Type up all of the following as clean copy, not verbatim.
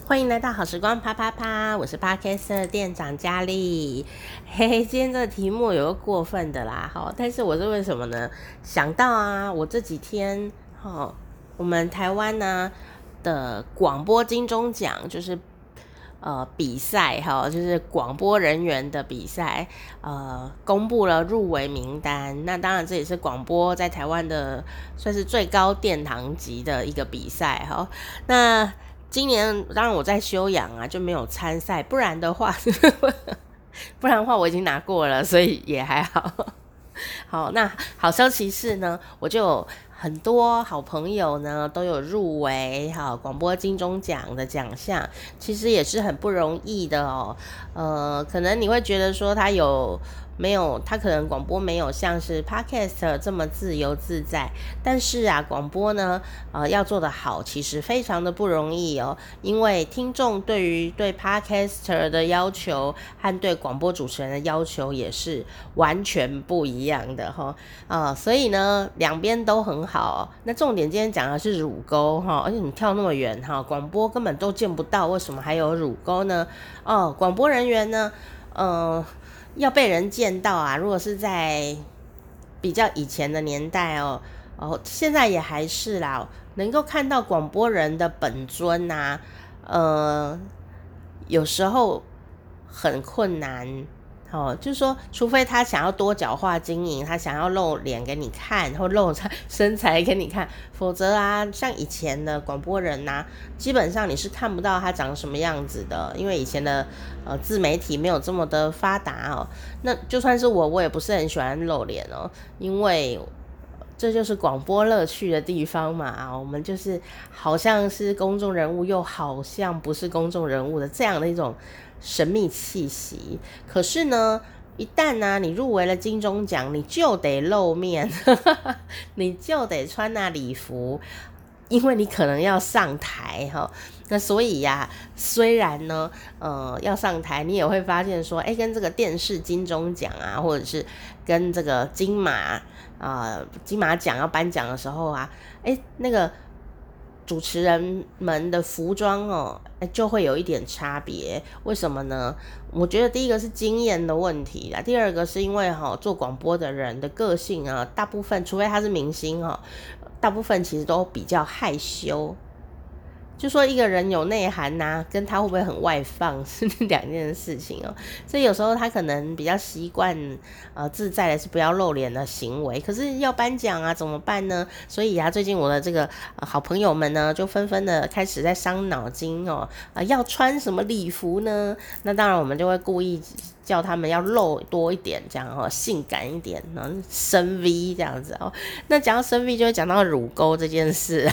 欢迎来到好时光啪啪啪，我是 Podcast 店长佳丽。嘿嘿，今天这个题目有个过分的啦，但是我是为什么呢？想到啊，我这几天我们台湾呢的广播金钟奖就是比赛就是广播人员的比赛，公布了入围名单。那当然这也是广播在台湾的算是最高殿堂级的一个比赛那今年当然我在休养啊，就没有参赛，不然的话我已经拿过了，所以也还好。好，那好消息是呢，我就有很多好朋友呢都有入围广播金钟奖的奖项，其实也是很不容易的可能你会觉得说他可能广播没有像是 Podcast 这么自由自在，但是啊，广播呢要做得好其实非常的不容易因为听众对 Podcaster 的要求和对广播主持人的要求也是完全不一样的所以呢两边都很好那重点今天讲的是乳沟而且你跳那么远广播根本都见不到，为什么还有乳沟呢？广播人员呢要被人见到啊，如果是在比较以前的年代现在也还是啦，能够看到广播人的本尊啊有时候很困难就是说除非他想要多角化经营，他想要露脸给你看或露身材给你看，否则啊像以前的广播人啊，基本上你是看不到他长什么样子的，因为以前的自媒体没有这么的发达那就算是我也不是很喜欢露脸因为这就是广播乐趣的地方嘛我们就是好像是公众人物又好像不是公众人物的这样的一种神秘气息。可是呢一旦呢你入围了金钟奖，你就得露面你就得穿那礼服，因为你可能要上台那所以呀虽然呢要上台，你也会发现说跟这个电视金钟奖啊，或者是跟这个金马奖要颁奖的时候啊那个主持人们的服装就会有一点差别。为什么呢？我觉得第一个是经验的问题啦，第二个是因为做广播的人的个性大部分除非他是明星大部分其实都比较害羞，就说一个人有内涵跟他会不会很外放是两件事情所以有时候他可能比较习惯自在的是不要露脸的行为，可是要颁奖怎么办呢？所以最近我的这个好朋友们呢就纷纷的开始在伤脑筋要穿什么礼服呢？那当然我们就会故意叫他们要露多一点，这样性感一点深 V 这样子那讲到深 V 就会讲到乳沟这件事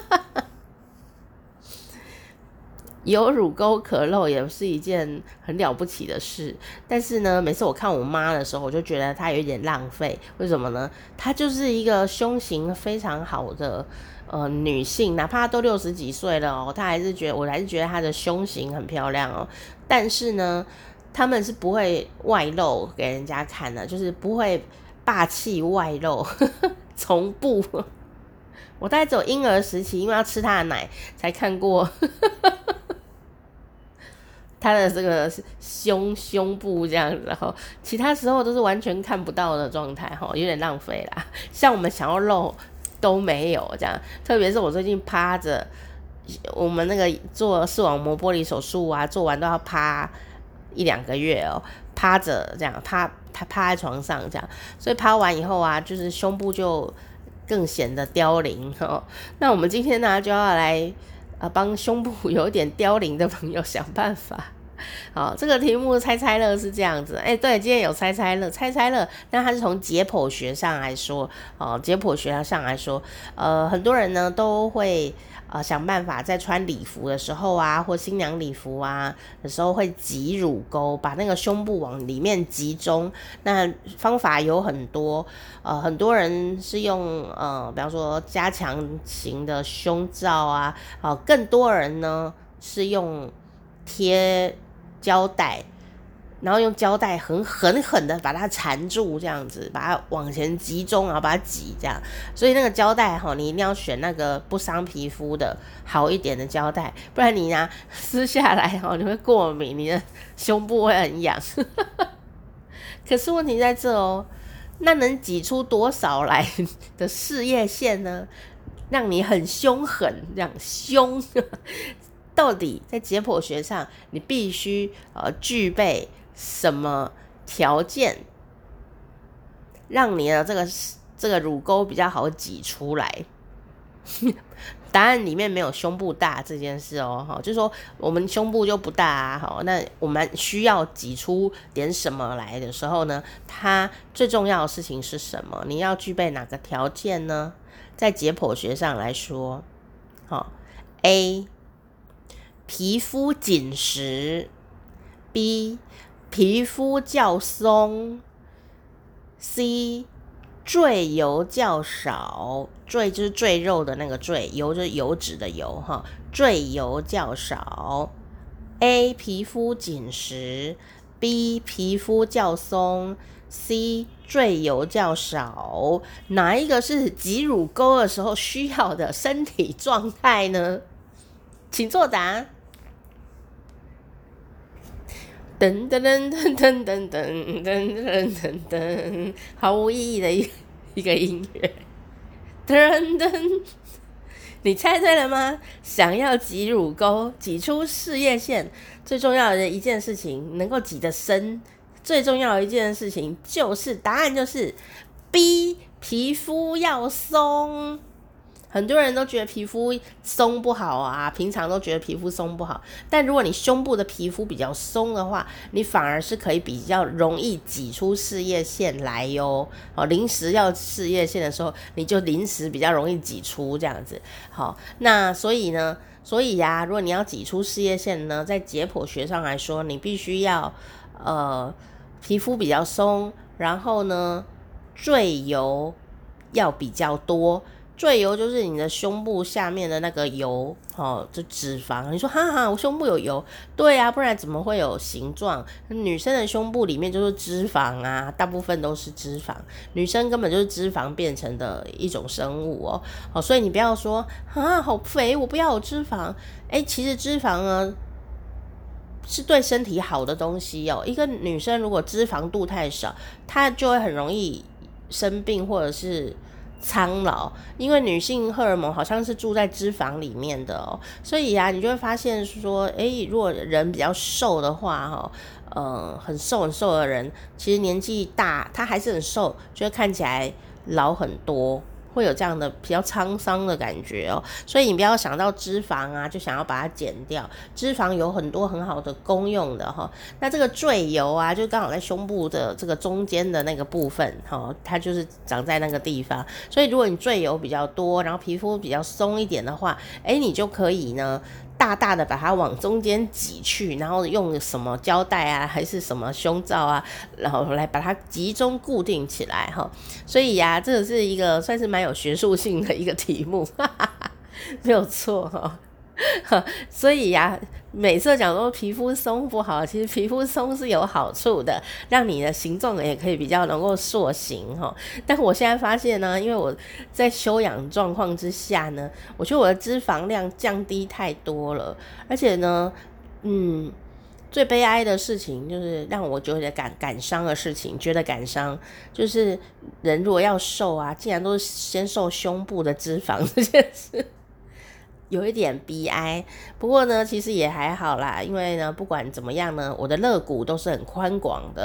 有乳沟可露也是一件很了不起的事，但是呢每次我看我妈的时候，我就觉得她有一点浪费。为什么呢？她就是一个胸型非常好的女性，哪怕她都60几岁了我还是觉得她的胸型很漂亮但是呢他们是不会外露给人家看的，就是不会霸气外露从不我大概只有婴儿时期因为要吃她的奶才看过他的这个胸部这样子其他时候都是完全看不到的状态有点浪费啦。像我们想要露都没有这样，特别是我最近趴着，我们那个做视网膜玻璃手术做完都要趴1-2个月趴着这样趴在床上这样，所以趴完以后就是胸部就更显得凋零那我们今天呢就要来帮胸部有点凋零的朋友想办法这个题目猜猜乐是这样子对，今天有猜猜乐，但它是从解剖学上来说很多人呢都会想办法在穿礼服的时候或新娘礼服的时候会挤乳沟，把那个胸部往里面集中。那方法有很多很多人是用比方说加强型的胸罩更多人呢是用贴胶带然后用胶带狠狠的把它缠住，这样子把它往前集中，然后把它挤这样。所以那个胶带你一定要选那个不伤皮肤的好一点的胶带，不然你撕下来你会过敏，你的胸部会很痒。可是问题在这那能挤出多少来的事业线呢？让你很凶狠，这样凶。到底在解剖学上，你必须具备什么条件，让你的这个乳沟比较好挤出来？答案里面没有胸部大这件事就是说我们胸部就不大那我们需要挤出点什么来的时候呢，它最重要的事情是什么？你要具备哪个条件呢？在解剖学上来说，A 皮肤紧实， B 皮肤较松， C 赘油较少，赘就是赘肉的那个赘，油就是油脂的油赘油较少。 A 皮肤紧实， B 皮肤较松， C 赘油较少。哪一个是挤乳沟的时候需要的身体状态呢？请作答。噔噔噔噔噔噔噔噔噔噔，毫无意义的一个音乐。噔噔，你猜对了吗？想要挤乳沟，挤出事业线，最重要的一件事情，能够挤得深，最重要的一件事情答案就是 B， 皮肤要松。很多人都觉得皮肤松不好啊，平常都觉得皮肤松不好，但如果你胸部的皮肤比较松的话，你反而是可以比较容易挤出事业线来哟。临时要事业线的时候，你就临时比较容易挤出这样子。好，那所以如果你要挤出事业线呢，在解剖学上来说，你必须要皮肤比较松，然后呢赘油要比较多。赘油就是你的胸部下面的那个油就脂肪。你说我胸部有油，对啊，不然怎么会有形状？女生的胸部里面就是脂肪啊，大部分都是脂肪，女生根本就是脂肪变成的一种生物所以你不要说好肥，我不要有脂肪。其实脂肪呢是对身体好的东西一个女生如果脂肪度太少，她就会很容易生病或者是苍老，因为女性荷尔蒙好像是住在脂肪里面的所以你就会发现说如果人比较瘦的话很瘦的人，其实年纪大他还是很瘦，就会看起来老很多，会有这样的比较沧桑的感觉所以你不要想到脂肪就想要把它减掉，脂肪有很多很好的功用的那这个赘油就刚好在胸部的这个中间的那个部分它就是长在那个地方，所以如果你赘油比较多，然后皮肤比较松一点的话，你就可以呢大大的把它往中间挤去，然后用什么胶带还是什么胸罩然后来把它集中固定起来所以这个是一个算是蛮有学术性的一个题目没有错所以每次讲说皮肤松不好，其实皮肤松是有好处的，让你的形状也可以比较能够塑形但我现在发现呢，因为我在休养状况之下呢，我觉得我的脂肪量降低太多了，而且呢最悲哀的事情就是让我觉得感伤的事情，觉得感伤就是人如果要瘦竟然都是先瘦胸部的脂肪这件事，有一点悲哀。不过呢其实也还好啦，因为呢不管怎么样呢，我的肋骨都是很宽广的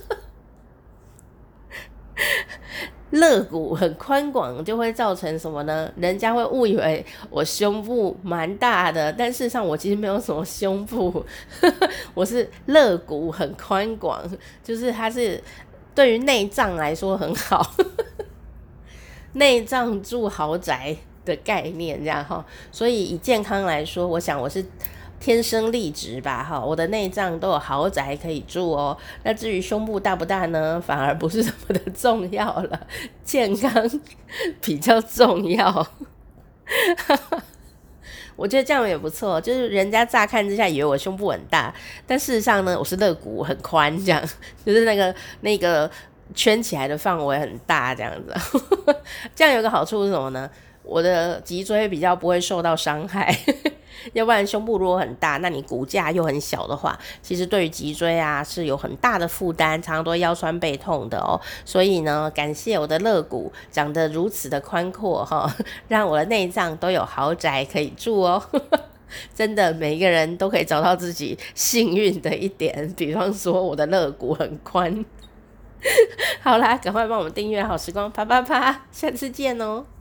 肋骨很宽广就会造成什么呢？人家会误以为我胸部蛮大的，但事实上我其实没有什么胸部我是肋骨很宽广，就是它是对于内脏来说很好内脏住豪宅的概念这样所以以健康来说，我想我是天生丽质吧我的内脏都有豪宅可以住那至于胸部大不大呢，反而不是这么的重要了，健康比较重要我觉得这样也不错，就是人家乍看之下以为我胸部很大，但事实上呢，我是肋骨很宽，这样就是那个圈起来的范围很大，这样子。这样有个好处是什么呢？我的脊椎比较不会受到伤害。要不然胸部如果很大，那你骨架又很小的话，其实对于脊椎啊是有很大的负担，常常都腰酸背痛的哦。所以呢，感谢我的肋骨长得如此的宽阔让我的内脏都有豪宅可以住哦。真的，每一个人都可以找到自己幸运的一点，比方说我的肋骨很宽。好啦，赶快帮我们订阅好时光啪啪啪，下次见哦。